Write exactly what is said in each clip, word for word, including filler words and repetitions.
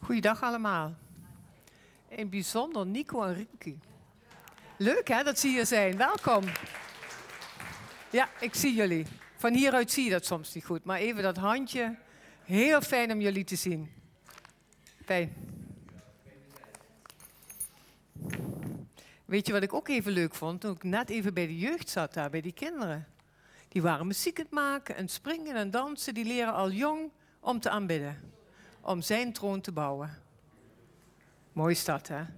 Goeiedag allemaal. In het bijzonder Nico en Rienke. Leuk hè, dat ze hier zijn. Welkom. Ja, ik zie jullie. Van hieruit zie je dat soms niet goed, maar even dat handje. Heel fijn om jullie te zien. Fijn. Weet je wat ik ook even leuk vond? Toen ik net even bij de jeugd zat daar, bij die kinderen. Die waren muziek aan het maken en springen en dansen. Die leren al jong om te aanbidden. Om zijn troon te bouwen. Mooi is dat, hè?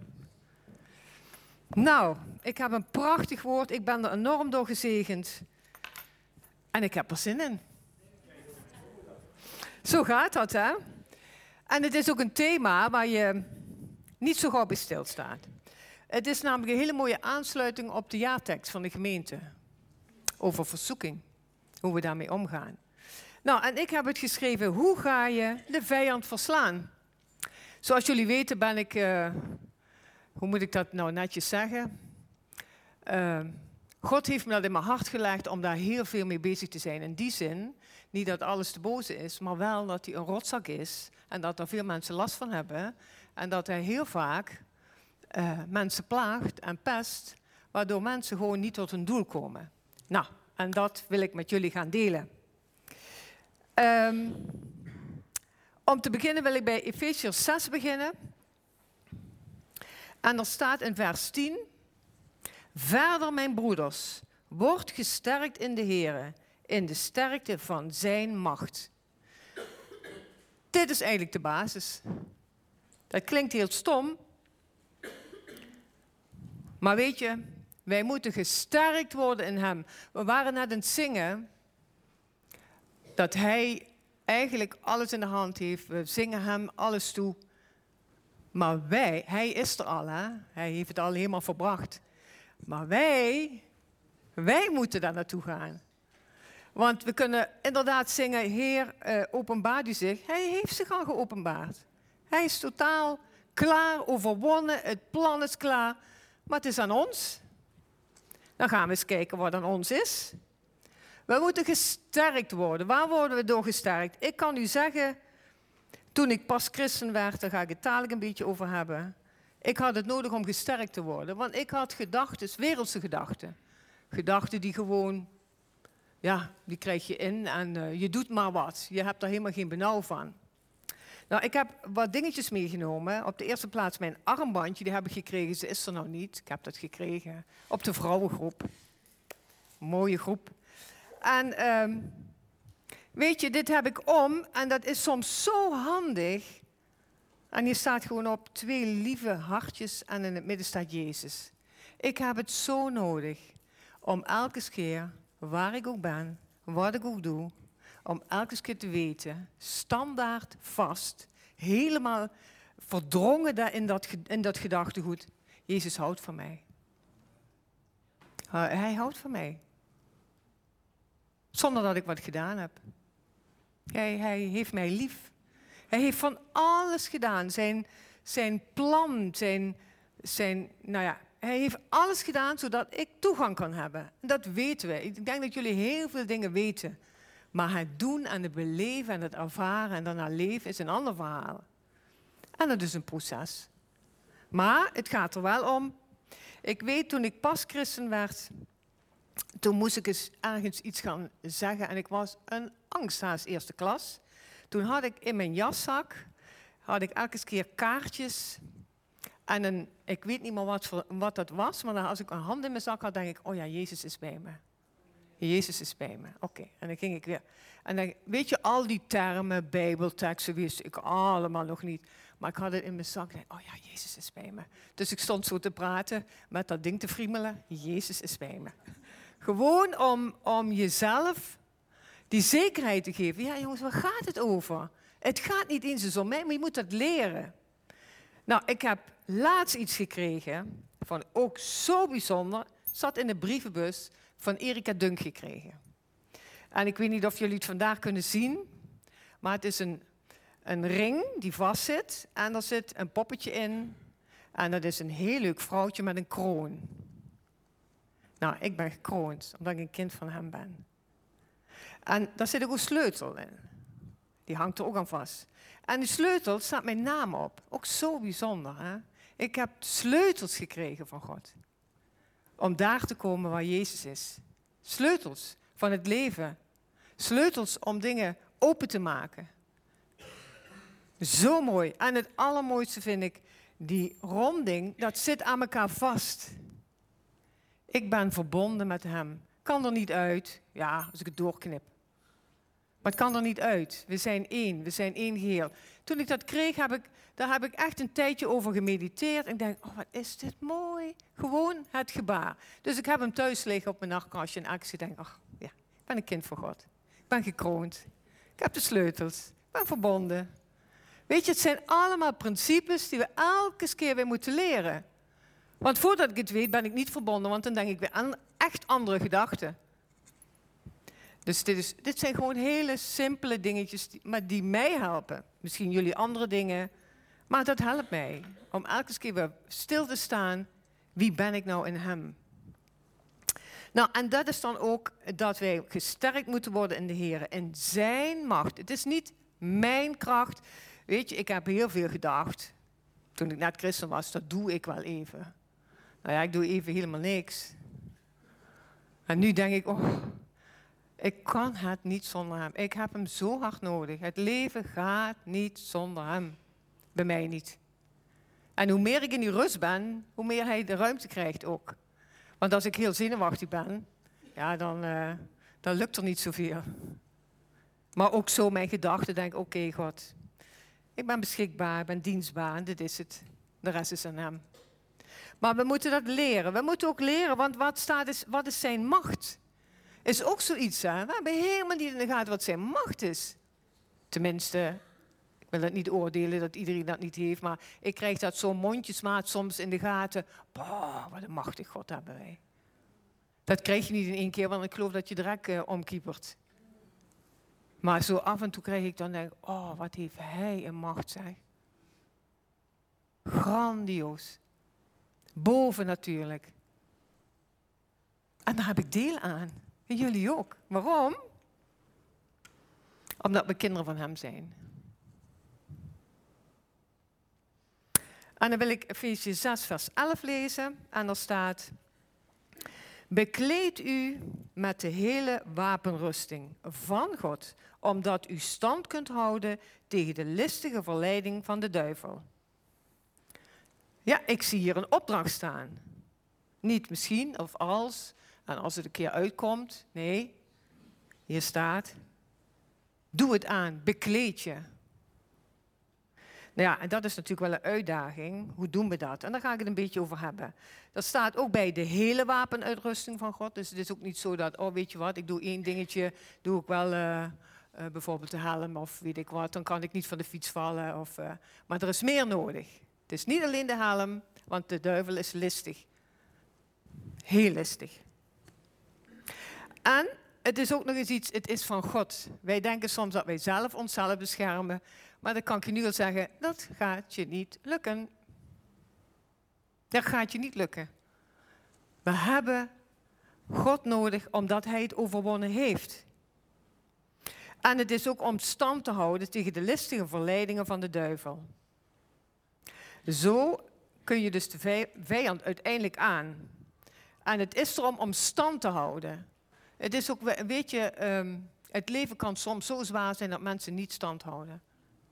Nou, ik heb een prachtig woord. Ik ben er enorm door gezegend. En ik heb er zin in. Zo gaat dat, hè? En het is ook een thema waar je niet zo gauw bij stilstaat. Het is namelijk een hele mooie aansluiting op de jaartekst van de gemeente. Over verzoeking. Hoe we daarmee omgaan. Nou, en ik heb het geschreven, hoe ga je de vijand verslaan? Zoals jullie weten ben ik, uh, hoe moet ik dat nou netjes zeggen? Uh, God heeft me dat in mijn hart gelegd om daar heel veel mee bezig te zijn. In die zin, niet dat alles te boze is, maar wel dat hij een rotzak is. En dat er veel mensen last van hebben. En dat hij heel vaak uh, mensen plaagt en pest, waardoor mensen gewoon niet tot hun doel komen. Nou, en dat wil ik met jullie gaan delen. Um, om te beginnen wil ik bij Efesiërs zes beginnen. En er staat in vers tien. Verder, mijn broeders, word gesterkt in de Here, in de sterkte van zijn macht. Dit is eigenlijk de basis. Dat klinkt heel stom. Maar weet je, wij moeten gesterkt worden in hem. We waren net aan het zingen dat hij eigenlijk alles in de hand heeft. We zingen hem alles toe. Maar wij, hij is er al, hè? Hij heeft het al helemaal volbracht. Maar wij, wij moeten daar naartoe gaan. Want we kunnen inderdaad zingen, Heer, uh, openbaar u zich. Hij heeft zich al geopenbaard. Hij is totaal klaar, overwonnen, het plan is klaar. Maar het is aan ons. Dan gaan we eens kijken wat aan ons is. We moeten gesterkt worden. Waar worden we door gesterkt? Ik kan u zeggen, toen ik pas christen werd, daar ga ik het dadelijk een beetje over hebben. Ik had het nodig om gesterkt te worden. Want ik had gedachten, wereldse gedachten. Gedachten die gewoon, ja, die krijg je in en uh, je doet maar wat. Je hebt er helemaal geen benauw van. Nou, ik heb wat dingetjes meegenomen. Op de eerste plaats mijn armbandje, die heb ik gekregen. Ze is er nou niet, ik heb dat gekregen. Op de vrouwengroep. Mooie groep. En um, weet je, dit heb ik om en dat is soms zo handig. En hier staat gewoon op twee lieve hartjes en in het midden staat Jezus. Ik heb het zo nodig om elke keer, waar ik ook ben, wat ik ook doe, om elke keer te weten, standaard vast, helemaal verdrongen daar in dat, in dat gedachtegoed. Jezus houdt van mij. Hij houdt van mij. Zonder dat ik wat gedaan heb. Hij, hij heeft mij lief. Hij heeft van alles gedaan. Zijn, zijn plan, zijn, zijn, nou ja, hij heeft alles gedaan zodat ik toegang kan hebben. Dat weten we. Ik denk dat jullie heel veel dingen weten. Maar het doen en het beleven en het ervaren en daarna leven is een ander verhaal. En dat is een proces. Maar het gaat er wel om. Ik weet toen ik pas christen werd, toen moest ik eens ergens iets gaan zeggen en ik was een angsthaas eerste klas. Toen had ik in mijn jaszak, had ik elke keer kaartjes en een, ik weet niet meer wat, voor, wat dat was, maar dan als ik een hand in mijn zak had, denk ik, oh ja, Jezus is bij me. Jezus is bij me. Oké, okay. En dan ging ik weer. En dan, weet je, al die termen, bijbelteksten, wist ik allemaal nog niet. Maar ik had het in mijn zak. Denk, oh ja, Jezus is bij me. Dus ik stond zo te praten, met dat ding te friemelen. Jezus is bij me. Gewoon om, om jezelf die zekerheid te geven. Ja jongens, waar gaat het over? Het gaat niet eens om mij, maar je moet dat leren. Nou, ik heb laatst iets gekregen, van ook zo bijzonder. Zat in de brievenbus van Erika Dunk gekregen. En ik weet niet of jullie het vandaag kunnen zien, maar het is een, een ring die vastzit en er zit een poppetje in. En dat is een heel leuk vrouwtje met een kroon. Nou, ik ben gekroond, omdat ik een kind van hem ben. En daar zit ook een sleutel in. Die hangt er ook aan vast. En die sleutel staat mijn naam op. Ook zo bijzonder, hè? Ik heb sleutels gekregen van God. Om daar te komen waar Jezus is. Sleutels van het leven. Sleutels om dingen open te maken. Zo mooi. En het allermooiste vind ik, die ronding, dat zit aan elkaar vast. Ik ben verbonden met hem. Kan er niet uit, ja, als ik het doorknip. Maar het kan er niet uit. We zijn één, we zijn één geheel. Toen ik dat kreeg, heb ik, daar heb ik echt een tijdje over gemediteerd. En ik denk, oh, wat is dit mooi. Gewoon het gebaar. Dus ik heb hem thuis liggen op mijn nachtkastje. En elke keer denk ik, oh, ja, ik ben een kind van God. Ik ben gekroond. Ik heb de sleutels. Ik ben verbonden. Weet je, het zijn allemaal principes die we elke keer weer moeten leren. Want voordat ik het weet, ben ik niet verbonden. Want dan denk ik weer aan echt andere gedachten. Dus dit, is, dit zijn gewoon hele simpele dingetjes, die, maar die mij helpen. Misschien jullie andere dingen, maar dat helpt mij. Om elke keer weer stil te staan, wie ben ik nou in hem? Nou, en dat is dan ook dat wij gesterkt moeten worden in de Heer, in zijn macht. Het is niet mijn kracht. Weet je, ik heb heel veel gedacht, toen ik net christen was, dat doe ik wel even. Nou ja, ik doe even helemaal niks. En nu denk ik, oh... Ik kan het niet zonder hem. Ik heb hem zo hard nodig. Het leven gaat niet zonder hem. Bij mij niet. En hoe meer ik in die rust ben, hoe meer hij de ruimte krijgt ook. Want als ik heel zenuwachtig ben, ja, dan, uh, dan lukt er niet zoveel. Maar ook zo mijn gedachten denk ik, oké okay, God, ik ben beschikbaar, ik ben dienstbaar en dit is het. De rest is aan hem. Maar we moeten dat leren. We moeten ook leren, want wat, staat is, wat is zijn macht? Is ook zoiets, hè? We hebben helemaal niet in de gaten wat zijn macht is. Tenminste, ik wil het niet oordelen dat iedereen dat niet heeft, maar ik krijg dat zo mondjesmaat soms in de gaten. Boah, wat een machtig God hebben wij. Dat krijg je niet in één keer, want ik geloof dat je direct uh, omkiepert. Maar zo af en toe krijg ik dan denk, oh, wat heeft hij een macht, zeg. Grandioos. Bovennatuurlijk. En daar heb ik deel aan. En jullie ook. Waarom? Omdat we kinderen van hem zijn. En dan wil ik Efesiërs zes vers elf lezen. En daar staat: bekleed u met de hele wapenrusting van God, omdat u stand kunt houden tegen de listige verleiding van de duivel. Ja, ik zie hier een opdracht staan. Niet misschien of als, en als het een keer uitkomt. Nee, hier staat: doe het aan, bekleed je. Nou ja, en dat is natuurlijk wel een uitdaging. Hoe doen we dat? En daar ga ik het een beetje over hebben. Dat staat ook bij de hele wapenuitrusting van God. Dus het is ook niet zo dat, oh weet je wat, ik doe één dingetje, doe ik wel uh, uh, bijvoorbeeld de helm of weet ik wat, dan kan ik niet van de fiets vallen. Of, uh, maar er is meer nodig. Het is niet alleen de helm, want de duivel is listig. Heel listig. En het is ook nog eens iets, het is van God. Wij denken soms dat wij zelf onszelf beschermen, maar dan kan ik je nu al zeggen, dat gaat je niet lukken. Dat gaat je niet lukken. We hebben God nodig omdat hij het overwonnen heeft. En het is ook om stand te houden tegen de listige verleidingen van de duivel. Zo kun je dus de vijand uiteindelijk aan. En het is erom om stand te houden. Het is ook, weet je, um, het leven kan soms zo zwaar zijn dat mensen niet stand houden.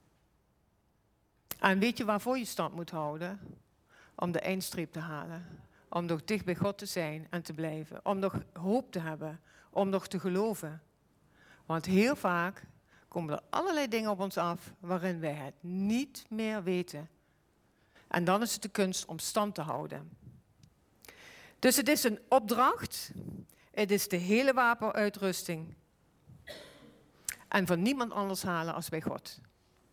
En weet je waarvoor je stand moet houden? Om de eindstreep te halen. Om nog dicht bij God te zijn en te blijven. Om nog hoop te hebben. Om nog te geloven. Want heel vaak komen er allerlei dingen op ons af waarin wij het niet meer weten. En dan is het de kunst om stand te houden. Dus het is een opdracht. Het is de hele wapenuitrusting. En van niemand anders halen als bij God.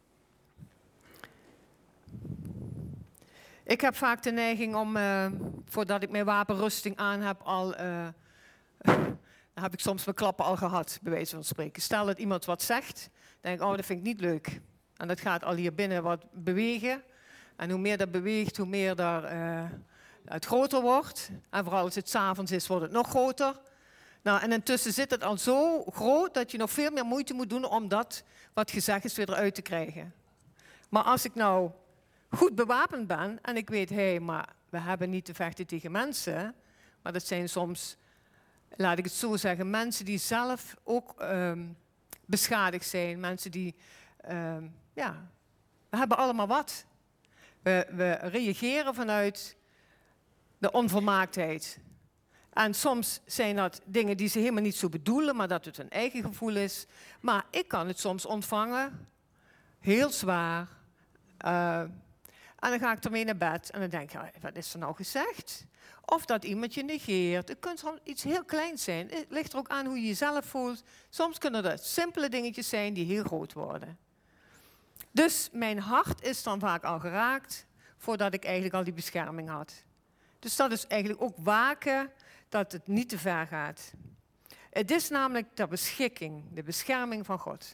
Ik heb vaak de neiging om, uh, voordat ik mijn wapenrusting aan heb, al, uh, dan heb ik soms mijn klappen al gehad, bij wijze van spreken. Stel dat iemand wat zegt, dan denk ik, oh, dat vind ik niet leuk. En dat gaat al hier binnen wat bewegen. En hoe meer dat beweegt, hoe meer daar, uh, het groter wordt. En vooral als het 's avonds is, wordt het nog groter. Nou, en intussen zit het al zo groot dat je nog veel meer moeite moet doen om dat wat gezegd is weer eruit te krijgen. Maar als ik nou goed bewapend ben en ik weet, hé, hey, maar we hebben niet te vechten tegen mensen, maar dat zijn soms, laat ik het zo zeggen, mensen die zelf ook um, beschadigd zijn. Mensen die, um, ja, we hebben allemaal wat. We, we reageren vanuit de onvolmaaktheid. En soms zijn dat dingen die ze helemaal niet zo bedoelen, maar dat het hun eigen gevoel is. Maar ik kan het soms ontvangen, heel zwaar. Uh, en dan ga ik ermee naar bed en dan denk ik, wat is er nou gezegd? Of dat iemand je negeert. Het kan soms iets heel kleins zijn. Het ligt er ook aan hoe je jezelf voelt. Soms kunnen dat simpele dingetjes zijn die heel groot worden. Dus mijn hart is dan vaak al geraakt voordat ik eigenlijk al die bescherming had. Dus dat is eigenlijk ook waken dat het niet te ver gaat. Het is namelijk de beschikking, de bescherming van God.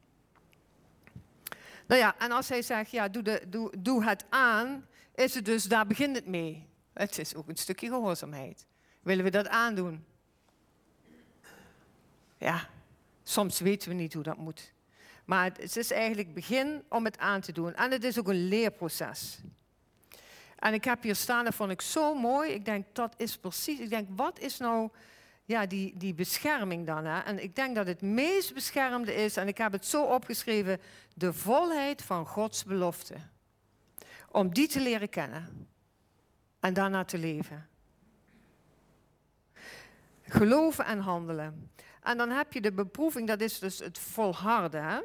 Nou ja, en als hij zegt, ja, doe, de, doe, doe het aan, is het dus, daar begint het mee. Het is ook een stukje gehoorzaamheid. Willen we dat aandoen? Ja, soms weten we niet hoe dat moet. Maar het is eigenlijk begin om het aan te doen. En het is ook een leerproces. En ik heb hier staan, dat vond ik zo mooi. Ik denk, dat is precies, ik denk, wat is nou ja, die, die bescherming dan? Hè? En ik denk dat het meest beschermde is, en ik heb het zo opgeschreven, de volheid van Gods belofte. Om die te leren kennen. En daarna te leven. Geloven en handelen. En dan heb je de beproeving, dat is dus het volharden. Hè?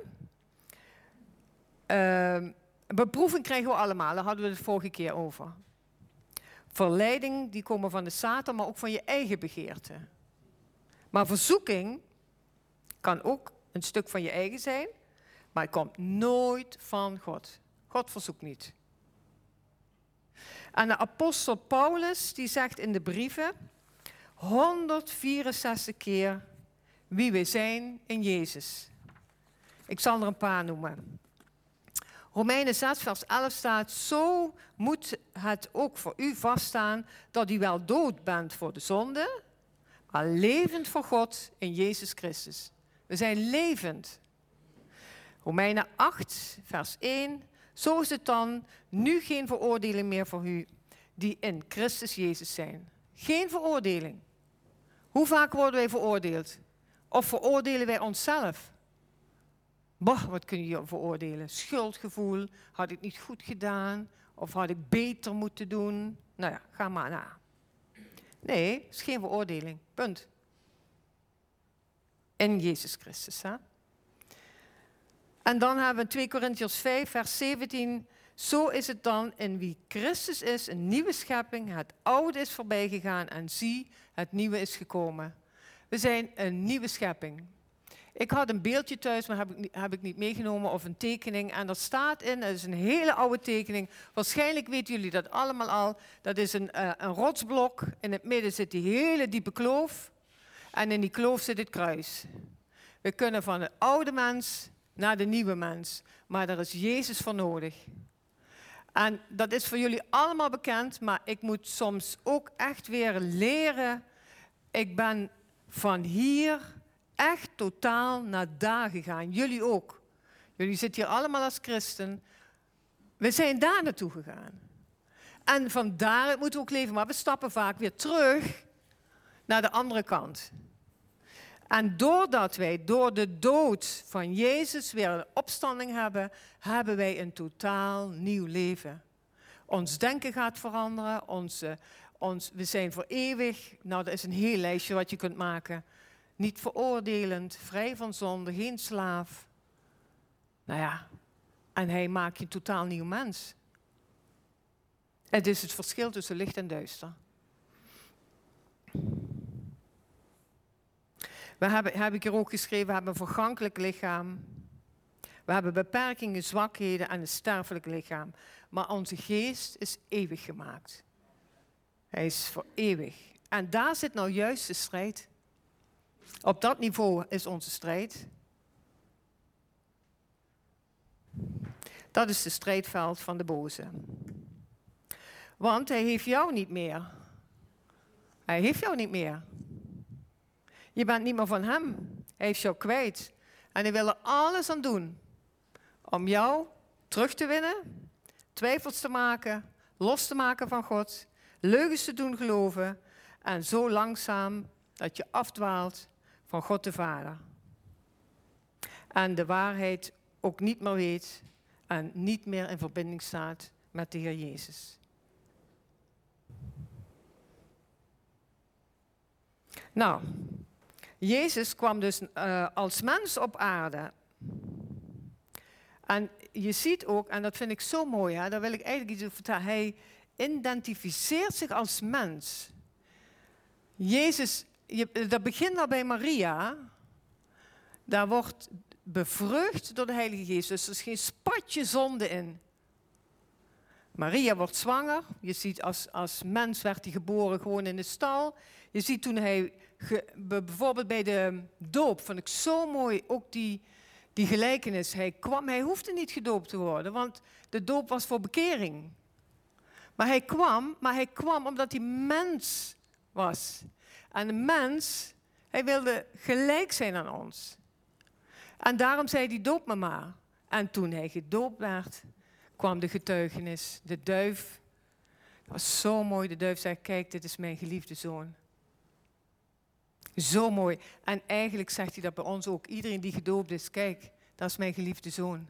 Uh, beproeving krijgen we allemaal, daar hadden we het vorige keer over. Verleiding, die komen van de Satan, maar ook van je eigen begeerte. Maar verzoeking kan ook een stuk van je eigen zijn, maar het komt nooit van God. God verzoekt niet. En de apostel Paulus, die zegt in de brieven honderdvierenzestig keer wie we zijn in Jezus. Ik zal er een paar noemen. Romeinen zes vers elf staat, zo moet het ook voor u vaststaan dat u wel dood bent voor de zonde, maar levend voor God in Jezus Christus. We zijn levend. Romeinen acht vers één, zo is het dan nu geen veroordeling meer voor u die in Christus Jezus zijn. Geen veroordeling. Hoe vaak worden wij veroordeeld? Of veroordelen wij onszelf? Bah, wat kun je veroordelen? Schuldgevoel, had ik niet goed gedaan? Of had ik beter moeten doen? Nou ja, ga maar na. Nee, het is geen veroordeling. Punt. In Jezus Christus. Hè? En dan hebben we twee Korintiërs vijf, vers zeventien. Zo is het dan in wie Christus is, een nieuwe schepping. Het oude is voorbij gegaan en zie, het nieuwe is gekomen. We zijn een nieuwe schepping. Ik had een beeldje thuis, maar heb ik, niet, heb ik niet meegenomen, of een tekening. En er staat in, het is een hele oude tekening. Waarschijnlijk weten jullie dat allemaal al. Dat is een, uh, een rotsblok. In het midden zit die hele diepe kloof. En in die kloof zit het kruis. We kunnen van de oude mens naar de nieuwe mens. Maar daar is Jezus voor nodig. En dat is voor jullie allemaal bekend, maar ik moet soms ook echt weer leren. Ik ben van hier echt totaal naar daar gegaan. Jullie ook. Jullie zitten hier allemaal als christen. We zijn daar naartoe gegaan. En van daaruit moeten we ook leven, maar we stappen vaak weer terug naar de andere kant. En doordat wij door de dood van Jezus weer een opstanding hebben, hebben wij een totaal nieuw leven. Ons denken gaat veranderen, onze, ons, we zijn voor eeuwig, nou dat is een heel lijstje wat je kunt maken. Niet veroordelend, vrij van zonde, geen slaaf. Nou ja, en hij maakt je een totaal nieuw mens. Het is het verschil tussen licht en duister. We hebben, heb ik hier ook geschreven, we hebben een vergankelijk lichaam. We hebben beperkingen, zwakheden en een sterfelijk lichaam. Maar onze geest is eeuwig gemaakt. Hij is voor eeuwig. En daar zit nou juist de strijd. Op dat niveau is onze strijd. Dat is de strijdveld van de boze. Want hij heeft jou niet meer. Hij heeft jou niet meer. Je bent niet meer van hem. Hij heeft jou kwijt. En hij wil er alles aan doen om jou terug te winnen, twijfels te maken, los te maken van God, leugens te doen geloven en zo langzaam dat je afdwaalt van God de Vader. En de waarheid ook niet meer weet en niet meer in verbinding staat met de Heer Jezus. Nou, Jezus kwam dus uh, als mens op aarde. En je ziet ook, en dat vind ik zo mooi, hè, daar wil ik eigenlijk iets over vertellen. Hij identificeert zich als mens. Jezus, je, dat begint al bij Maria. Daar wordt bevrucht door de Heilige Geest. Dus er is geen spatje zonde in. Maria wordt zwanger. Je ziet als, als mens werd hij geboren gewoon in de stal. Je ziet toen hij, ge, bijvoorbeeld bij de doop, vond ik zo mooi, ook die, die gelijkenis. Hij kwam, hij hoefde niet gedoopt te worden, want de doop was voor bekering. Maar hij kwam, maar hij kwam omdat hij mens was. En de mens, hij wilde gelijk zijn aan ons. En daarom zei hij, doop me maar. En toen hij gedoopt werd, kwam de getuigenis. De duif, dat was zo mooi. De duif zei, kijk, dit is mijn geliefde zoon. Zo mooi. En eigenlijk zegt hij dat bij ons ook. Iedereen die gedoopt is, kijk, dat is mijn geliefde zoon.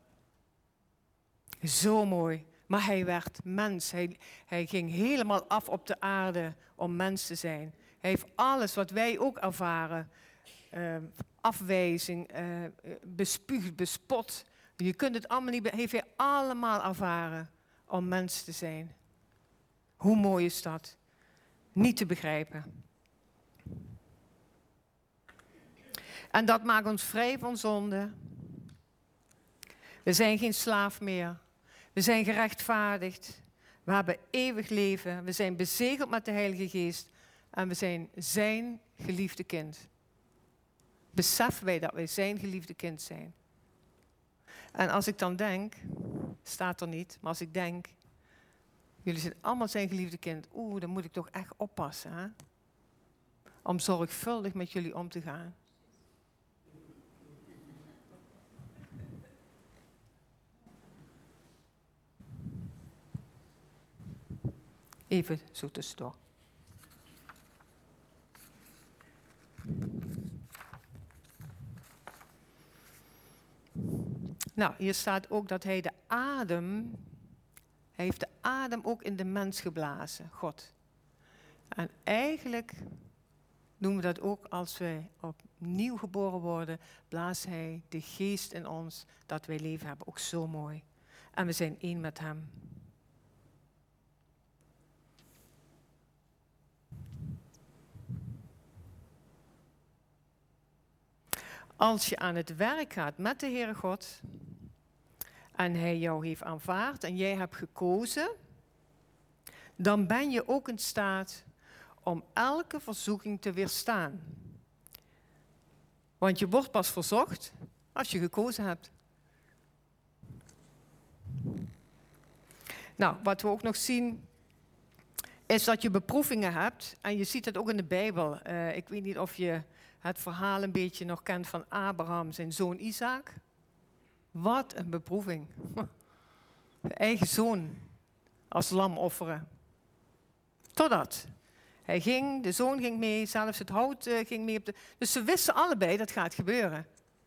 Zo mooi. Maar hij werd mens. Hij, hij ging helemaal af op de aarde om mens te zijn. Hij heeft alles wat wij ook ervaren. Uh, afwijzing, uh, bespuugd, bespot. Je kunt het allemaal niet, heeft hij allemaal ervaren om mens te zijn. Hoe mooi is dat? Niet te begrijpen. En dat maakt ons vrij van zonde. We zijn geen slaaf meer. We zijn gerechtvaardigd. We hebben eeuwig leven. We zijn bezegeld met de Heilige Geest. En we zijn zijn geliefde kind. Beseffen wij dat wij zijn geliefde kind zijn. En als ik dan denk, staat er niet, maar als ik denk, jullie zijn allemaal zijn geliefde kind. Oeh, dan moet ik toch echt oppassen, hè? Om zorgvuldig met jullie om te gaan. Even zo tussendoor. Nou, hier staat ook dat hij de adem, hij heeft de adem ook in de mens geblazen, God. En eigenlijk doen we dat ook als wij opnieuw geboren worden, blaast hij de geest in ons, dat wij leven hebben. Ook zo mooi. En we zijn één met hem. Als je aan het werk gaat met de Heere God en Hij jou heeft aanvaard en jij hebt gekozen, dan ben je ook in staat om elke verzoeking te weerstaan. Want je wordt pas verzocht als je gekozen hebt. Nou, wat we ook nog zien, is dat je beproevingen hebt. En je ziet het ook in de Bijbel. Uh, ik weet niet of je het verhaal een beetje nog kent van Abraham, zijn zoon Isaac. Wat een beproeving. De eigen zoon als lam offeren. Totdat. Hij ging, de zoon ging mee, zelfs het hout uh, ging mee op de... Dus ze wisten allebei dat gaat gebeuren.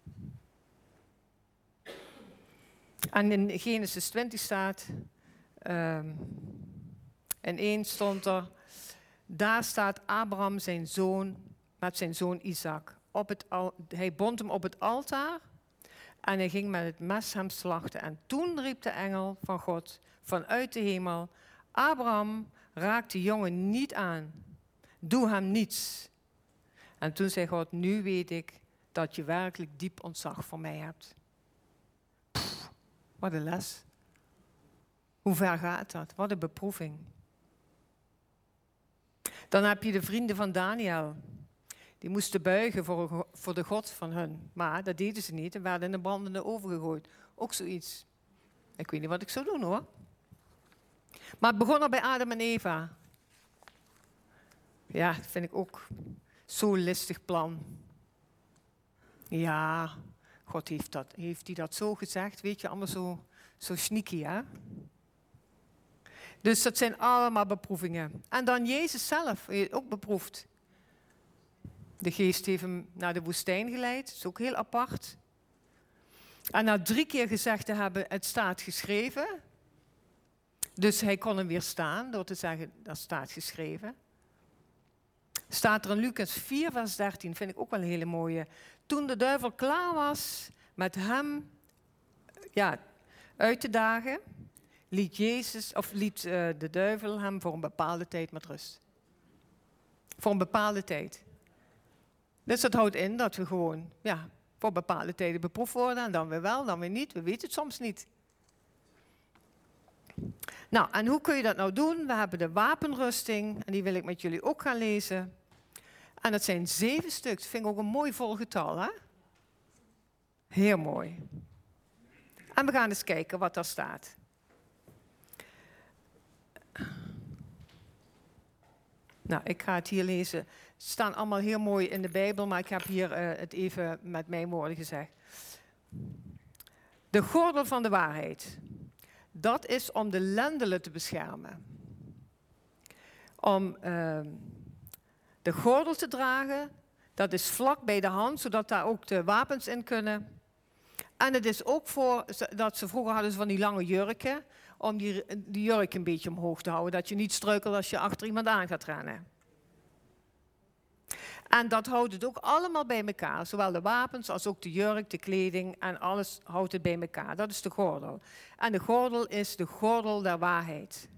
En in Genesis twintig staat... Um, in één stond er... Daar staat Abraham zijn zoon met zijn zoon Isaac. Op het al, hij bond hem op het altaar en hij ging met het mes hem slachten. En toen riep de engel van God vanuit de hemel: Abraham, raak de jongen niet aan. Doe hem niets. En toen zei God: nu weet ik dat je werkelijk diep ontzag voor mij hebt. Pff, wat een les. Hoe ver gaat dat? Wat een beproeving. Dan heb je de vrienden van Daniel. Die moesten buigen voor, voor de God van hun. Maar dat deden ze niet en werden in de brandende oven gegooid. Ook zoiets. Ik weet niet wat ik zou doen, hoor. Maar het begon al bij Adam en Eva. Ja, dat vind ik ook. Zo'n listig plan. Ja, God heeft, dat, heeft hij dat zo gezegd, weet je, allemaal zo, zo sneaky, hè? Dus dat zijn allemaal beproevingen. En dan Jezus zelf, heeft ook beproefd. De geest heeft hem naar de woestijn geleid, dat is ook heel apart. En na drie keer gezegd te hebben, het staat geschreven. Dus hij kon hem weerstaan door te zeggen, dat staat geschreven. Staat er in Lucas vier, vers dertien, vind ik ook wel een hele mooie. Toen de duivel klaar was met hem ja, uit te dagen, liet, Jezus, of liet uh, de duivel hem voor een bepaalde tijd met rust. Voor een bepaalde tijd. Dus dat houdt in dat we gewoon ja, voor bepaalde tijden beproefd worden en dan weer wel, dan weer niet. We weten het soms niet. Nou, en hoe kun je dat nou doen? We hebben de wapenrusting en die wil ik met jullie ook gaan lezen. En dat zijn zeven stuks. Dat vind ik ook een mooi vol getal, hè? Heel mooi. En we gaan eens kijken wat daar staat. Nou, ik ga het hier lezen. Ze staan allemaal heel mooi in de Bijbel, maar ik heb hier uh, het even met mijn woorden gezegd. De gordel van de waarheid. Dat is om de lendenen te beschermen. Om uh, de gordel te dragen, dat is vlak bij de hand, zodat daar ook de wapens in kunnen. En het is ook voor, dat ze vroeger hadden ze van die lange jurken, om die, die jurk een beetje omhoog te houden, dat je niet struikelt als je achter iemand aan gaat rennen. En dat houdt het ook allemaal bij elkaar. Zowel de wapens als ook de jurk, de kleding en alles houdt het bij elkaar. Dat is de gordel. En de gordel is de gordel der waarheid.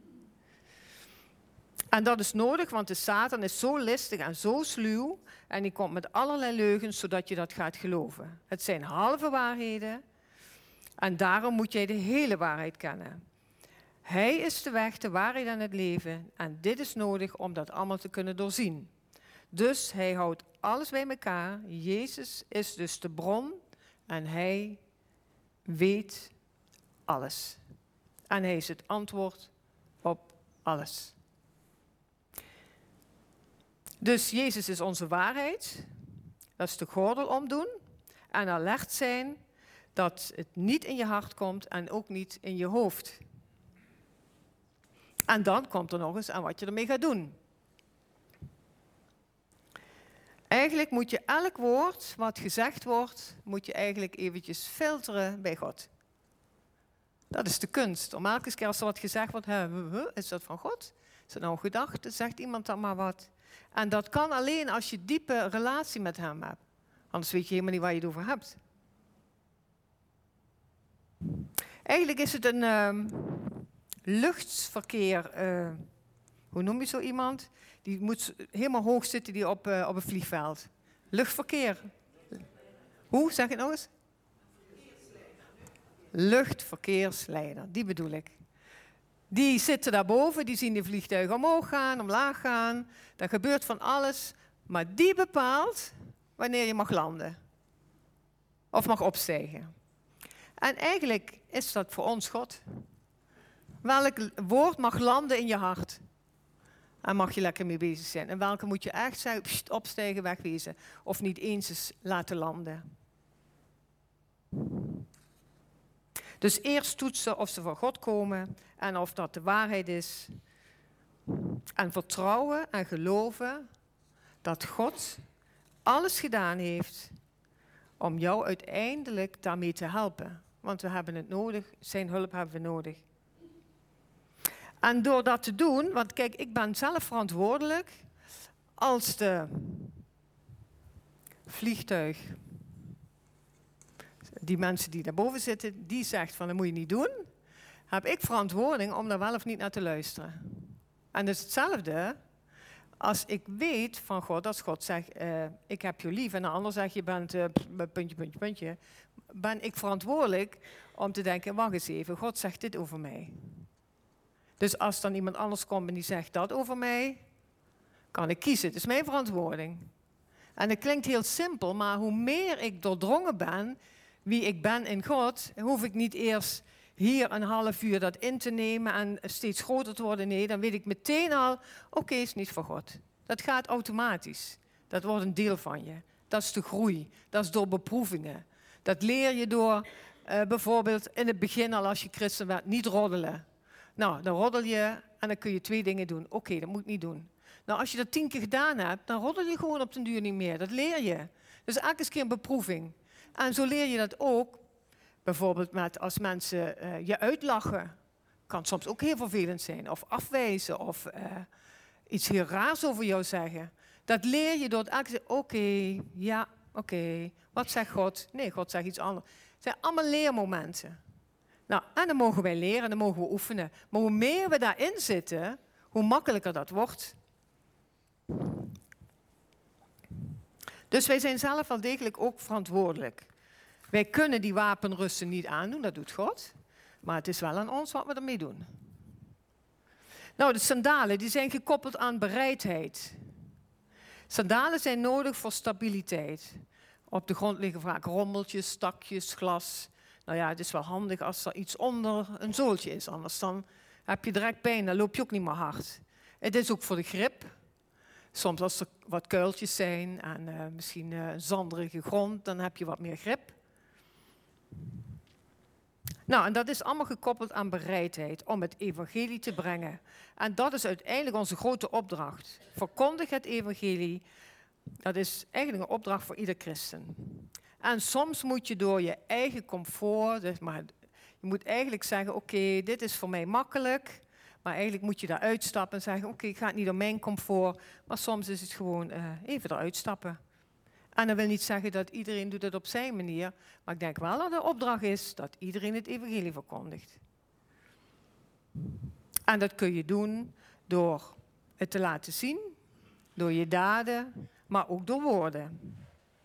En dat is nodig, want de Satan is zo listig en zo sluw. En die komt met allerlei leugens, zodat je dat gaat geloven. Het zijn halve waarheden. En daarom moet jij de hele waarheid kennen. Hij is de weg, de waarheid en het leven. En dit is nodig om dat allemaal te kunnen doorzien. Dus hij houdt alles bij elkaar. Jezus is dus de bron en hij weet alles. En hij is het antwoord op alles. Dus Jezus is onze waarheid. Dat is de gordel omdoen. En alert zijn dat het niet in je hart komt en ook niet in je hoofd. En dan komt er nog eens aan wat je ermee gaat doen. Eigenlijk moet je elk woord wat gezegd wordt, moet je eigenlijk eventjes filteren bij God. Dat is de kunst. Om elke keer als er wat gezegd wordt, is dat van God? Is dat nou een gedachte? Zegt iemand dan maar wat? En dat kan alleen als je diepe relatie met hem hebt. Anders weet je helemaal niet waar je het over hebt. Eigenlijk is het een uh, luchtsverkeer. Uh, hoe noem je zo iemand? Die moet helemaal hoog zitten die op, uh, op een vliegveld. Luchtverkeer. Hoe? Zeg het nog eens? Luchtverkeersleider, die bedoel ik. Die zitten daarboven, die zien de vliegtuigen omhoog gaan, omlaag gaan. Er gebeurt van alles. Maar die bepaalt wanneer je mag landen. Of mag opstijgen. En eigenlijk is dat voor ons God. Welk woord mag landen in je hart? En mag je lekker mee bezig zijn. En welke moet je echt zeggen, pst, opstijgen, wegwezen. Of niet eens eens laten landen. Dus eerst toetsen of ze van God komen en of dat de waarheid is. En vertrouwen en geloven dat God alles gedaan heeft om jou uiteindelijk daarmee te helpen. Want we hebben het nodig, zijn hulp hebben we nodig. En door dat te doen, want kijk, ik ben zelf verantwoordelijk als de vliegtuig, die mensen die daarboven zitten, die zegt van dat moet je niet doen, heb ik verantwoording om daar wel of niet naar te luisteren. En dat is hetzelfde als ik weet van God, als God zegt, uh, ik heb je lief, en de ander zegt, je bent uh, puntje, puntje, puntje, ben ik verantwoordelijk om te denken, wacht eens even, God zegt dit over mij. Dus als dan iemand anders komt en die zegt dat over mij, kan ik kiezen. Het is mijn verantwoording. En het klinkt heel simpel, maar hoe meer ik doordrongen ben wie ik ben in God, hoef ik niet eerst hier een half uur dat in te nemen en steeds groter te worden. Nee, dan weet ik meteen al, oké, okay, is niet voor God. Dat gaat automatisch. Dat wordt een deel van je. Dat is de groei. Dat is door beproevingen. Dat leer je door uh, bijvoorbeeld in het begin al als je christen bent, niet roddelen. Nou, dan roddel je en dan kun je twee dingen doen. Oké, okay, dat moet ik niet doen. Nou, als je dat tien keer gedaan hebt, dan roddel je gewoon op den duur niet meer. Dat leer je. Dus elke keer een beproeving. En zo leer je dat ook. Bijvoorbeeld met als mensen uh, je uitlachen. Kan soms ook heel vervelend zijn. Of afwijzen. Of uh, iets heel raars over jou zeggen. Dat leer je door het elke keer. Oké, okay, ja, oké. Okay. Wat zegt God? Nee, God zegt iets anders. Het zijn allemaal leermomenten. Nou, en dan mogen wij leren en dan mogen we oefenen. Maar hoe meer we daarin zitten, hoe makkelijker dat wordt. Dus wij zijn zelf wel degelijk ook verantwoordelijk. Wij kunnen die wapenrusten niet aandoen, dat doet God. Maar het is wel aan ons wat we ermee doen. Nou, de sandalen die zijn gekoppeld aan bereidheid. Sandalen zijn nodig voor stabiliteit. Op de grond liggen vaak rommeltjes, stakjes, glas. Nou ja, het is wel handig als er iets onder een zooltje is. Anders dan heb je direct pijn, dan loop je ook niet meer hard. Het is ook voor de grip. Soms als er wat kuiltjes zijn en uh, misschien uh, zanderige grond, dan heb je wat meer grip. Nou, en dat is allemaal gekoppeld aan bereidheid om het evangelie te brengen. En dat is uiteindelijk onze grote opdracht. Verkondig het evangelie. Dat is eigenlijk een opdracht voor ieder christen. En soms moet je door je eigen comfort, dus maar je moet eigenlijk zeggen, oké, okay, dit is voor mij makkelijk. Maar eigenlijk moet je daar uitstappen en zeggen, oké, okay, ik ga het niet door mijn comfort. Maar soms is het gewoon uh, even eruit stappen. En dat wil niet zeggen dat iedereen doet het op zijn manier. Maar ik denk wel dat de opdracht is dat iedereen het evangelie verkondigt. En dat kun je doen door het te laten zien, door je daden, maar ook door woorden.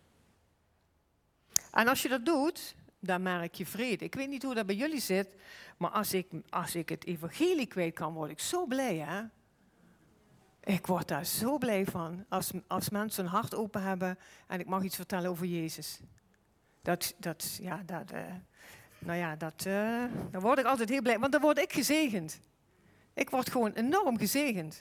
En als je dat doet, dan merk je vrede. Ik weet niet hoe dat bij jullie zit, maar als ik, als ik het evangelie kwijt kan, word ik zo blij, hè? Ik word daar zo blij van. Als, als mensen hun hart open hebben en ik mag iets vertellen over Jezus. Dat, dat, ja, dat, uh, nou ja, dat, uh, dan word ik altijd heel blij, want dan word ik gezegend. Ik word gewoon enorm gezegend.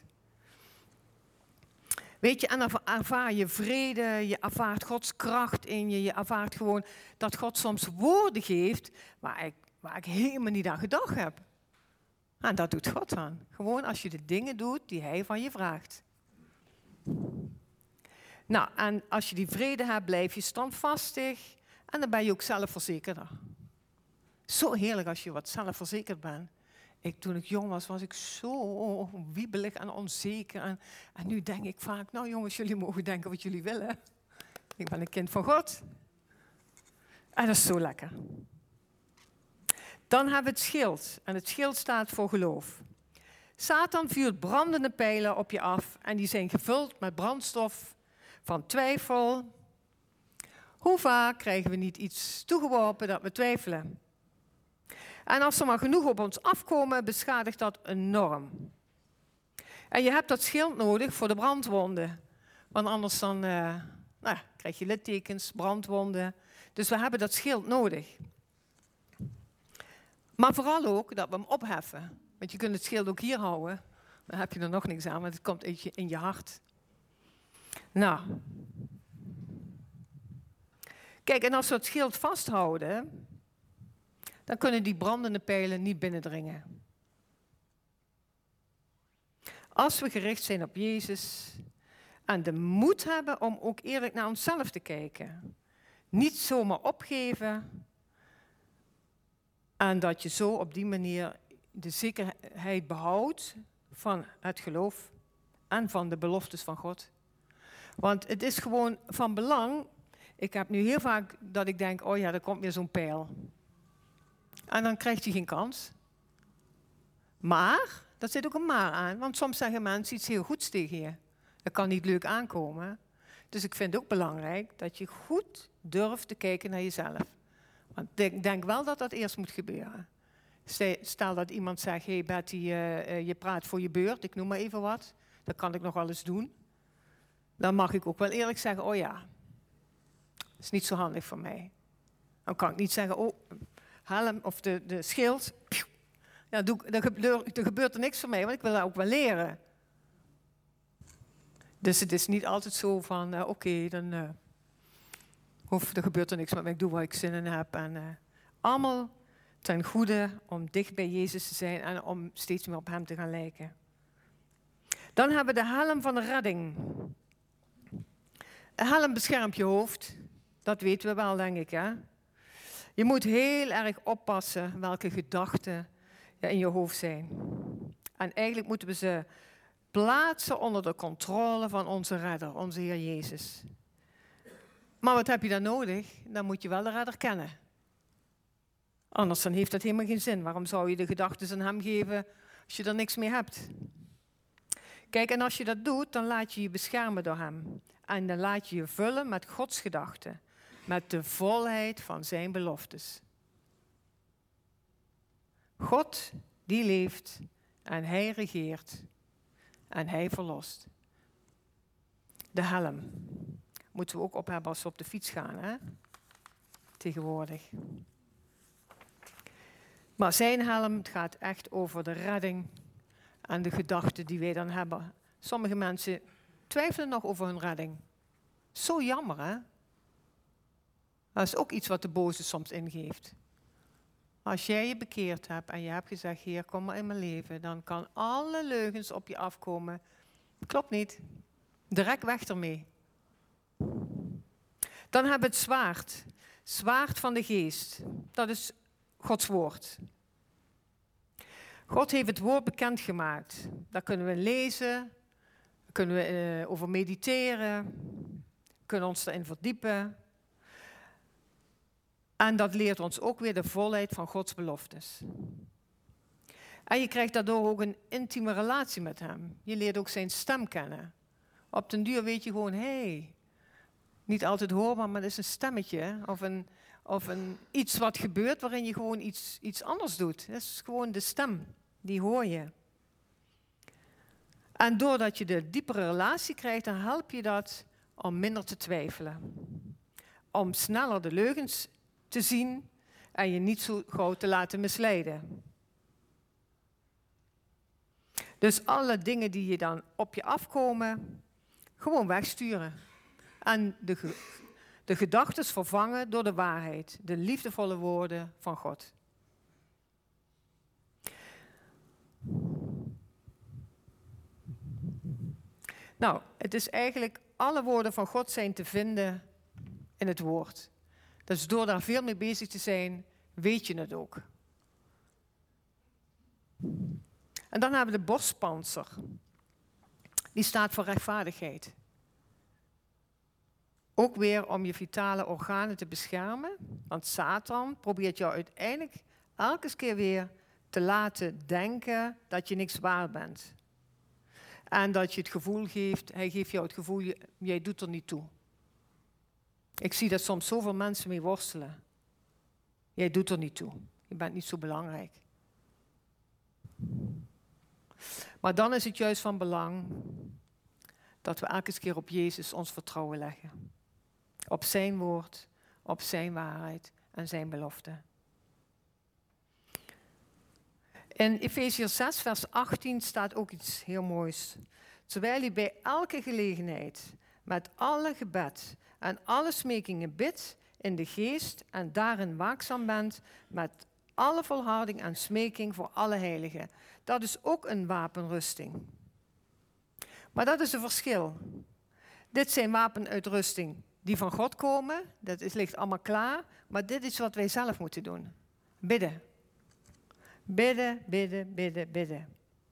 Weet je, en dan ervaar je vrede, je ervaart Gods kracht in je, je ervaart gewoon dat God soms woorden geeft waar ik, waar ik helemaal niet aan gedacht heb. En dat doet God dan. Gewoon als je de dingen doet die Hij van je vraagt. Nou, en als je die vrede hebt, blijf je standvastig en dan ben je ook zelfverzekerder. Zo heerlijk als je wat zelfverzekerd bent. Ik, toen ik jong was, was ik zo wiebelig en onzeker. En, en nu denk ik vaak, nou jongens, jullie mogen denken wat jullie willen. Ik ben een kind van God. En dat is zo lekker. Dan hebben we het schild. En het schild staat voor geloof. Satan vuurt brandende pijlen op je af. En die zijn gevuld met brandstof van twijfel. Hoe vaak krijgen we niet iets toegeworpen dat we twijfelen? En als er maar genoeg op ons afkomen, beschadigt dat enorm. En je hebt dat schild nodig voor de brandwonden. Want anders dan, uh, nou, krijg je littekens, brandwonden. Dus we hebben dat schild nodig. Maar vooral ook dat we hem opheffen. Want je kunt het schild ook hier houden. Dan heb je er nog niks aan, want het komt in je, in je hart. Nou. Kijk, en als we het schild vasthouden, dan kunnen die brandende pijlen niet binnendringen. Als we gericht zijn op Jezus en de moed hebben om ook eerlijk naar onszelf te kijken. Niet zomaar opgeven. En dat je zo op die manier de zekerheid behoudt van het geloof en van de beloftes van God. Want het is gewoon van belang. Ik heb nu heel vaak dat ik denk, oh ja, er komt weer zo'n pijl. En dan krijgt hij geen kans. Maar, daar zit ook een maar aan. Want soms zeggen mensen iets heel goeds tegen je. Dat kan niet leuk aankomen. Dus ik vind het ook belangrijk dat je goed durft te kijken naar jezelf. Want ik denk wel dat dat eerst moet gebeuren. Stel dat iemand zegt, hey Betty, uh, je praat voor je beurt, ik noem maar even wat. Dat kan ik nog wel eens doen. Dan mag ik ook wel eerlijk zeggen, oh ja, dat is niet zo handig voor mij. Dan kan ik niet zeggen, oh, helm of de, de schild. Ja, doe, er, gebeurt, er gebeurt er niks voor mij, want ik wil dat ook wel leren. Dus het is niet altijd zo van, uh, oké, okay, dan uh, hoef, er gebeurt er niks met mij, ik doe waar ik zin in heb. En uh, allemaal ten goede om dicht bij Jezus te zijn en om steeds meer op hem te gaan lijken. Dan hebben we de helm van de redding. Een helm beschermt je hoofd. Dat weten we wel, denk ik. Hè? Je moet heel erg oppassen welke gedachten ja, in je hoofd zijn. En eigenlijk moeten we ze plaatsen onder de controle van onze redder, onze Heer Jezus. Maar wat heb je dan nodig? Dan moet je wel de redder kennen. Anders dan heeft dat helemaal geen zin. Waarom zou je de gedachten aan hem geven als je er niks mee hebt? Kijk, en als je dat doet, dan laat je je beschermen door hem. En dan laat je je vullen met Gods gedachten. Met de volheid van zijn beloftes. God, die leeft en hij regeert en hij verlost. De helm moeten we ook op hebben als we op de fiets gaan, hè? Tegenwoordig. Maar zijn helm, het gaat echt over de redding en de gedachten die wij dan hebben. Sommige mensen twijfelen nog over hun redding. Zo jammer, hè? Dat is ook iets wat de boze soms ingeeft. Als jij je bekeerd hebt en je hebt gezegd, Heer, kom maar in mijn leven, dan kan alle leugens op je afkomen. Klopt niet. Direct weg ermee. Dan hebben we het zwaard. Zwaard van de geest. Dat is Gods woord. God heeft het woord bekendgemaakt. Daar kunnen we lezen, daar kunnen we uh, over mediteren, kunnen ons erin verdiepen. En dat leert ons ook weer de volheid van Gods beloftes. En je krijgt daardoor ook een intieme relatie met hem. Je leert ook zijn stem kennen. Op den duur weet je gewoon, hé, hey, niet altijd hoorbaar, maar het is een stemmetje. Of, een, of een, iets wat gebeurt waarin je gewoon iets, iets anders doet. Dat is gewoon de stem, die hoor je. En doordat je de diepere relatie krijgt, dan help je dat om minder te twijfelen. Om sneller de leugens te zien en je niet zo gauw te laten misleiden. Dus alle dingen die je dan op je afkomen, gewoon wegsturen. En de, ge- de gedachten vervangen door de waarheid, de liefdevolle woorden van God. Nou, het is eigenlijk, alle woorden van God zijn te vinden in het woord. Dus door daar veel mee bezig te zijn, weet je het ook. En dan hebben we de borstpanzer. Die staat voor rechtvaardigheid. Ook weer om je vitale organen te beschermen. Want Satan probeert jou uiteindelijk elke keer weer te laten denken dat je niks waard bent. En dat je het gevoel geeft, hij geeft jou het gevoel, jij doet er niet toe. Ik zie dat soms zoveel mensen mee worstelen. Jij doet er niet toe. Je bent niet zo belangrijk. Maar dan is het juist van belang dat we elke keer op Jezus ons vertrouwen leggen. Op zijn woord, op zijn waarheid en zijn belofte. In Efeziërs zes, vers achttien staat ook iets heel moois. Terwijl u bij elke gelegenheid met alle gebed en alle smekingen bidt in de geest en daarin waakzaam bent met alle volharding en smeking voor alle heiligen. Dat is ook een wapenrusting. Maar dat is een verschil. Dit zijn wapenuitrusting die van God komen. Dat is, ligt allemaal klaar. Maar dit is wat wij zelf moeten doen. Bidden. Bidden, bidden, bidden, bidden.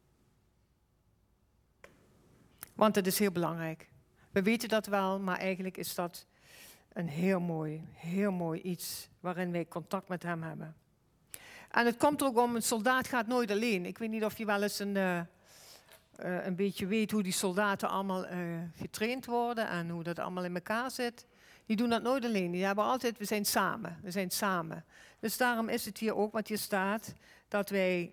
Want het is heel belangrijk. We weten dat wel, maar eigenlijk is dat een heel mooi, heel mooi iets waarin wij contact met hem hebben. En het komt er ook om, een soldaat gaat nooit alleen. Ik weet niet of je wel eens een, uh, uh, een beetje weet hoe die soldaten allemaal uh, getraind worden en hoe dat allemaal in elkaar zit. Die doen dat nooit alleen. Die hebben altijd, we zijn samen, we zijn samen. Dus daarom is het hier ook, wat hier staat, dat wij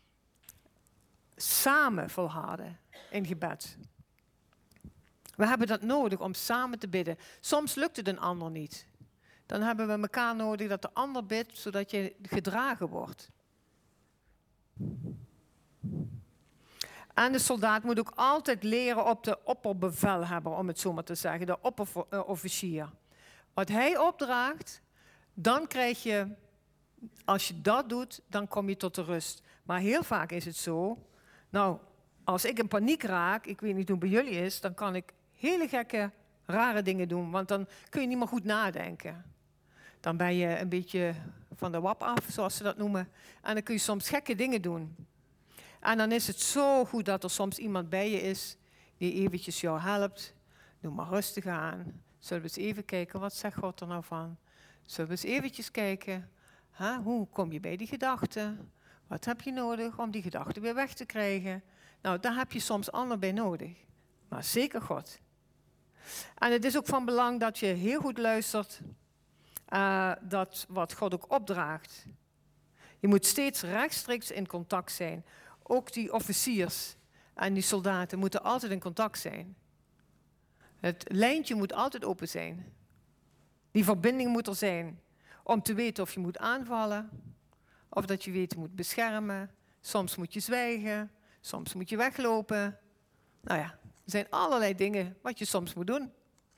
samen volharden in gebed. We hebben dat nodig om samen te bidden. Soms lukt het een ander niet. Dan hebben we elkaar nodig dat de ander bidt, zodat je gedragen wordt. En de soldaat moet ook altijd leren op de opperbevelhebber, om het zo maar te zeggen, de opperofficier. Wat hij opdraagt, dan krijg je, als je dat doet, dan kom je tot de rust. Maar heel vaak is het zo, nou, als ik in paniek raak, ik weet niet hoe het bij jullie is, dan kan ik hele gekke, rare dingen doen, want dan kun je niet meer goed nadenken. Dan ben je een beetje van de wap af, zoals ze dat noemen. En dan kun je soms gekke dingen doen. En dan is het zo goed dat er soms iemand bij je is die eventjes jou helpt. Doe maar rustig aan. Zullen we eens even kijken, wat zegt God er nou van? Zullen we eens eventjes kijken, hè? Hoe kom je bij die gedachten? Wat heb je nodig om die gedachten weer weg te krijgen? Nou, daar heb je soms anderen bij nodig. Maar zeker God. En het is ook van belang dat je heel goed luistert. Uh, dat wat God ook opdraagt. Je moet steeds rechtstreeks in contact zijn. Ook die officiers en die soldaten moeten altijd in contact zijn. Het lijntje moet altijd open zijn. Die verbinding moet er zijn. Om te weten of je moet aanvallen. Of dat je weet je moet beschermen. Soms moet je zwijgen. Soms moet je weglopen. Nou ja, er zijn allerlei dingen wat je soms moet doen.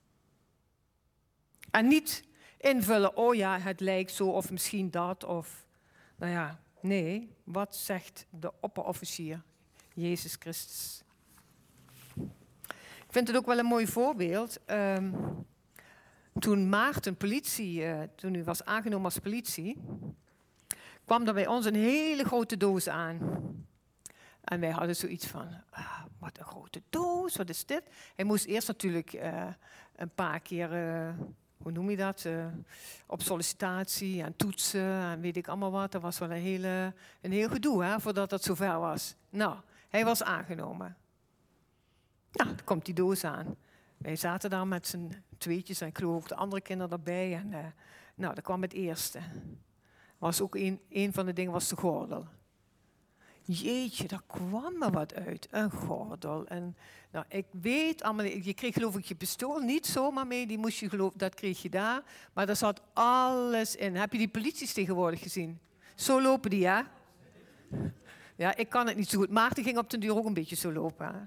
En niet invullen, oh ja, het lijkt zo of misschien dat. Of, nou ja, nee, wat zegt de opperofficier, Jezus Christus? Ik vind het ook wel een mooi voorbeeld. Um, toen Maarten politie, uh, toen hij was aangenomen als politie, kwam er bij ons een hele grote doos aan. En wij hadden zoiets van, ah, wat een grote doos, wat is dit? Hij moest eerst natuurlijk uh, een paar keer, uh, hoe noem je dat, uh, op sollicitatie en toetsen en weet ik allemaal wat. Dat was wel een, hele, een heel gedoe, hè, voordat dat zover was. Nou, hij was aangenomen. Nou, dan komt die doos aan. Wij zaten daar met z'n tweetjes en ik geloof ook de andere kinderen erbij. En uh, nou, dat kwam het eerste. Was ook een, een van de dingen was de gordel. Jeetje, daar kwam me wat uit. Een gordel. En, nou, ik weet allemaal, je kreeg geloof ik je pistool niet zomaar mee, die moest je geloof, dat kreeg je daar. Maar daar zat alles in. Heb je die polities tegenwoordig gezien? Zo lopen die, hè? Ja, ik kan het niet zo goed. Maarten ging op den duur ook een beetje zo lopen. Hè?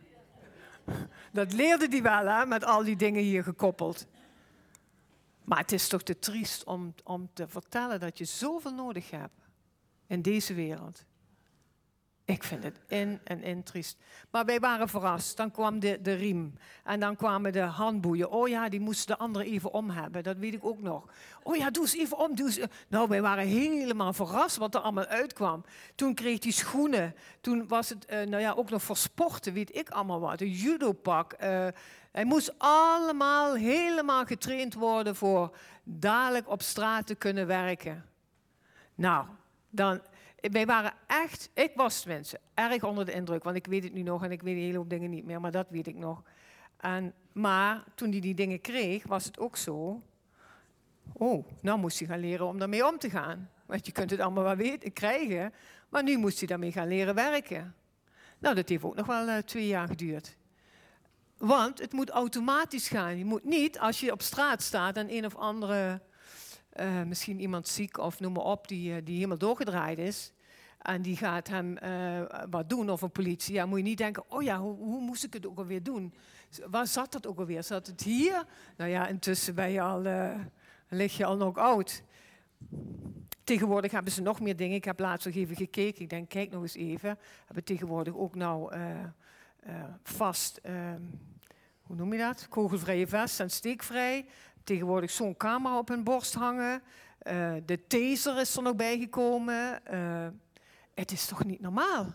Dat leerde die wel, hè, met al die dingen hier gekoppeld. Maar het is toch te triest om, om te vertellen dat je zoveel nodig hebt in deze wereld. Ik vind het in en in triest. Maar wij waren verrast. Dan kwam de, de riem. En dan kwamen de handboeien. Oh ja, die moesten de andere even om hebben. Dat weet ik ook nog. Oh ja, doe eens even om. Doe eens. Nou, wij waren helemaal verrast wat er allemaal uitkwam. Toen kreeg hij schoenen. Toen was het, uh, nou ja, ook nog voor sporten, weet ik allemaal wat. Een judopak. Uh, hij moest allemaal helemaal getraind worden voor dadelijk op straat te kunnen werken. Nou, dan... Wij waren echt, ik was tenminste, erg onder de indruk, want ik weet het nu nog en ik weet een hele hoop dingen niet meer, maar dat weet ik nog. En, maar toen hij die dingen kreeg, was het ook zo, oh, nou moest hij gaan leren om daarmee om te gaan. Want je kunt het allemaal wel weten, krijgen, maar nu moest hij daarmee gaan leren werken. Nou, dat heeft ook nog wel uh, twee jaar geduurd. Want het moet automatisch gaan. Je moet niet, als je op straat staat en een of andere... Uh, misschien iemand ziek of noem maar op, die, uh, die helemaal doorgedraaid is. En die gaat hem uh, wat doen, of een politie. Ja, moet je niet denken, oh ja, hoe, hoe moest ik het ook alweer doen? Waar zat dat ook alweer? Zat het hier? Nou ja, intussen ben je al, uh, lig je al nog oud. Tegenwoordig hebben ze nog meer dingen. Ik heb laatst nog even gekeken. Ik denk, kijk nog eens even. Hebben tegenwoordig ook nou uh, uh, vast, uh, hoe noem je dat? Kogelvrije vest en steekvrij. Tegenwoordig zo'n camera op hun borst hangen. Uh, de taser is er nog bijgekomen. Uh, het is toch niet normaal?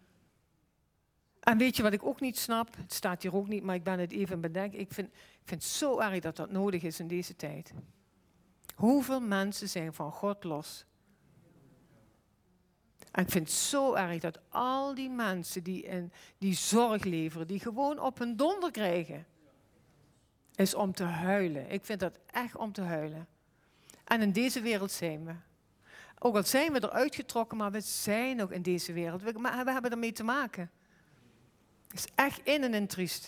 En weet je wat ik ook niet snap? Het staat hier ook niet, maar ik ben het even bedenken. Ik vind, ik vind het zo erg dat dat nodig is in deze tijd. Hoeveel mensen zijn van God los? En ik vind het zo erg dat al die mensen die, in, die zorg leveren, die gewoon op hun donder krijgen, is om te huilen. Ik vind dat echt om te huilen. En in deze wereld zijn we. Ook al zijn we eruit getrokken, maar we zijn nog in deze wereld. We, we hebben ermee te maken. Het is echt in en in triest.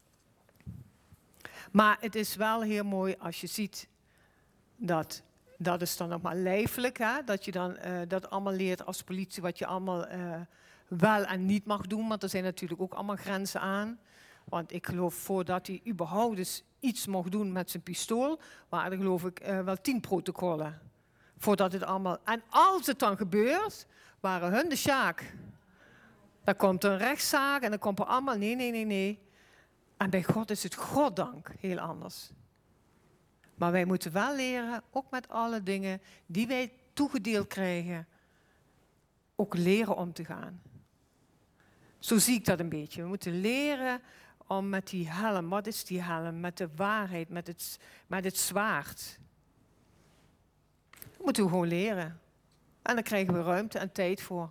Maar het is wel heel mooi als je ziet dat, dat is dan nog maar lijfelijk, hè? Dat je dan uh, dat allemaal leert als politie, wat je allemaal uh, wel en niet mag doen, want er zijn natuurlijk ook allemaal grenzen aan. Want ik geloof voordat hij überhaupt eens iets mocht doen met zijn pistool, waren er geloof ik uh, wel tien protocollen. Voordat het allemaal... En als het dan gebeurt, waren hun de sjaak. Dan komt er een rechtszaak en dan komt er allemaal nee, nee, nee, nee. En bij God is het goddank heel anders. Maar wij moeten wel leren, ook met alle dingen die wij toegedeeld krijgen, ook leren om te gaan. Zo zie ik dat een beetje. We moeten leren om met die helm, wat is die helm? Met de waarheid, met het, met het zwaard. Dat moeten we gewoon leren. En daar krijgen we ruimte en tijd voor.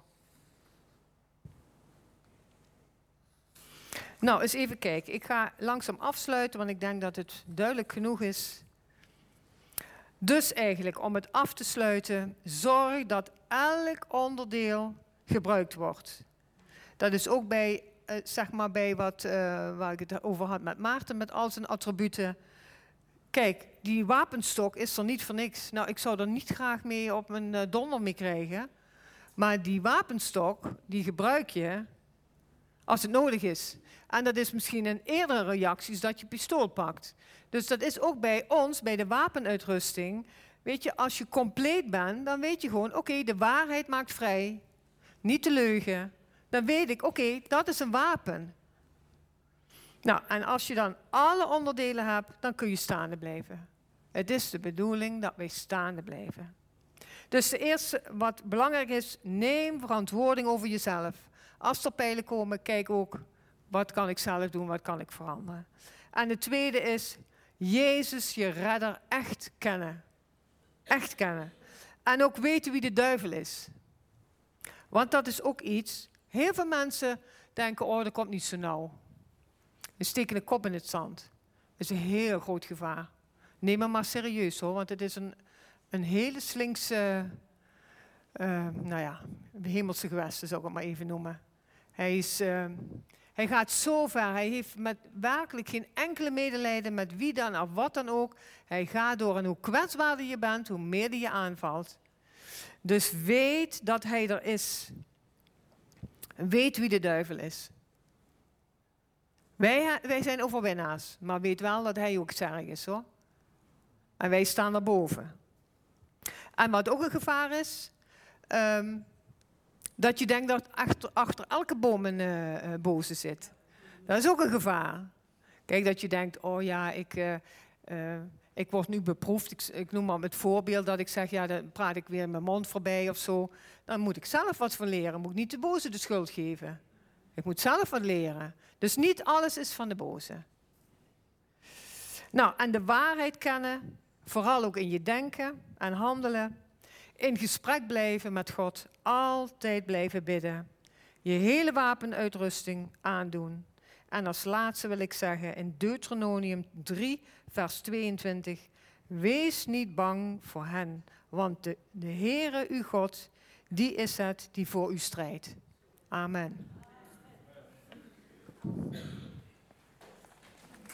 Nou, eens even kijken. Ik ga langzaam afsluiten, want ik denk dat het duidelijk genoeg is. Dus eigenlijk, om het af te sluiten, zorg dat elk onderdeel gebruikt wordt. Dat is ook bij, uh, zeg maar bij wat, uh, waar ik het over had met Maarten, met al zijn attributen. Kijk, die wapenstok is er niet voor niks. Nou, ik zou er niet graag mee op mijn uh, donder mee krijgen. Maar die wapenstok, die gebruik je als het nodig is. En dat is misschien een eerdere reactie dat je pistool pakt. Dus dat is ook bij ons, bij de wapenuitrusting. Weet je, als je compleet bent, dan weet je gewoon, oké, okay, de waarheid maakt vrij. Niet te leugen. Dan weet ik, oké, okay, dat is een wapen. Nou, en als je dan alle onderdelen hebt, dan kun je staande blijven. Het is de bedoeling dat wij staande blijven. Dus de eerste wat belangrijk is, neem verantwoording over jezelf. Als er pijlen komen, kijk ook, wat kan ik zelf doen, wat kan ik veranderen. En de tweede is, Jezus, je redder, echt kennen. Echt kennen. En ook weten wie de duivel is. Want dat is ook iets, heel veel mensen denken, oh, dat komt niet zo nauw. Ze steken de kop in het zand. Dat is een heel groot gevaar. Neem hem maar serieus hoor, want het is een, een hele slinkse, uh, nou ja, hemelse gewesten zou ik het maar even noemen. Hij, is, uh, hij gaat zo ver, hij heeft met werkelijk geen enkele medelijden met wie dan of wat dan ook. Hij gaat door en hoe kwetsbaarder je bent, hoe meer die je aanvalt. Dus weet dat hij er is. Weet wie de duivel is. Wij, wij zijn overwinnaars, maar weet wel dat hij ook sterk is hoor. En wij staan erboven. En wat ook een gevaar is, um, dat je denkt dat achter, achter elke boom een uh, uh, boze zit. Dat is ook een gevaar. Kijk, dat je denkt, oh ja, ik, uh, uh, ik word nu beproefd. Ik, ik noem maar het voorbeeld dat ik zeg, ja, dan praat ik weer mijn mond voorbij of zo. Dan moet ik zelf wat van leren. Moet ik niet de boze de schuld geven. Ik moet zelf wat leren. Dus niet alles is van de boze. Nou, en de waarheid kennen, vooral ook in je denken en handelen. In gesprek blijven met God, altijd blijven bidden. Je hele wapenuitrusting aandoen. En als laatste wil ik zeggen in Deuteronomium drie, vers tweeëntwintig. Wees niet bang voor hen, want de, de Heere uw God, die is het die voor u strijdt. Amen.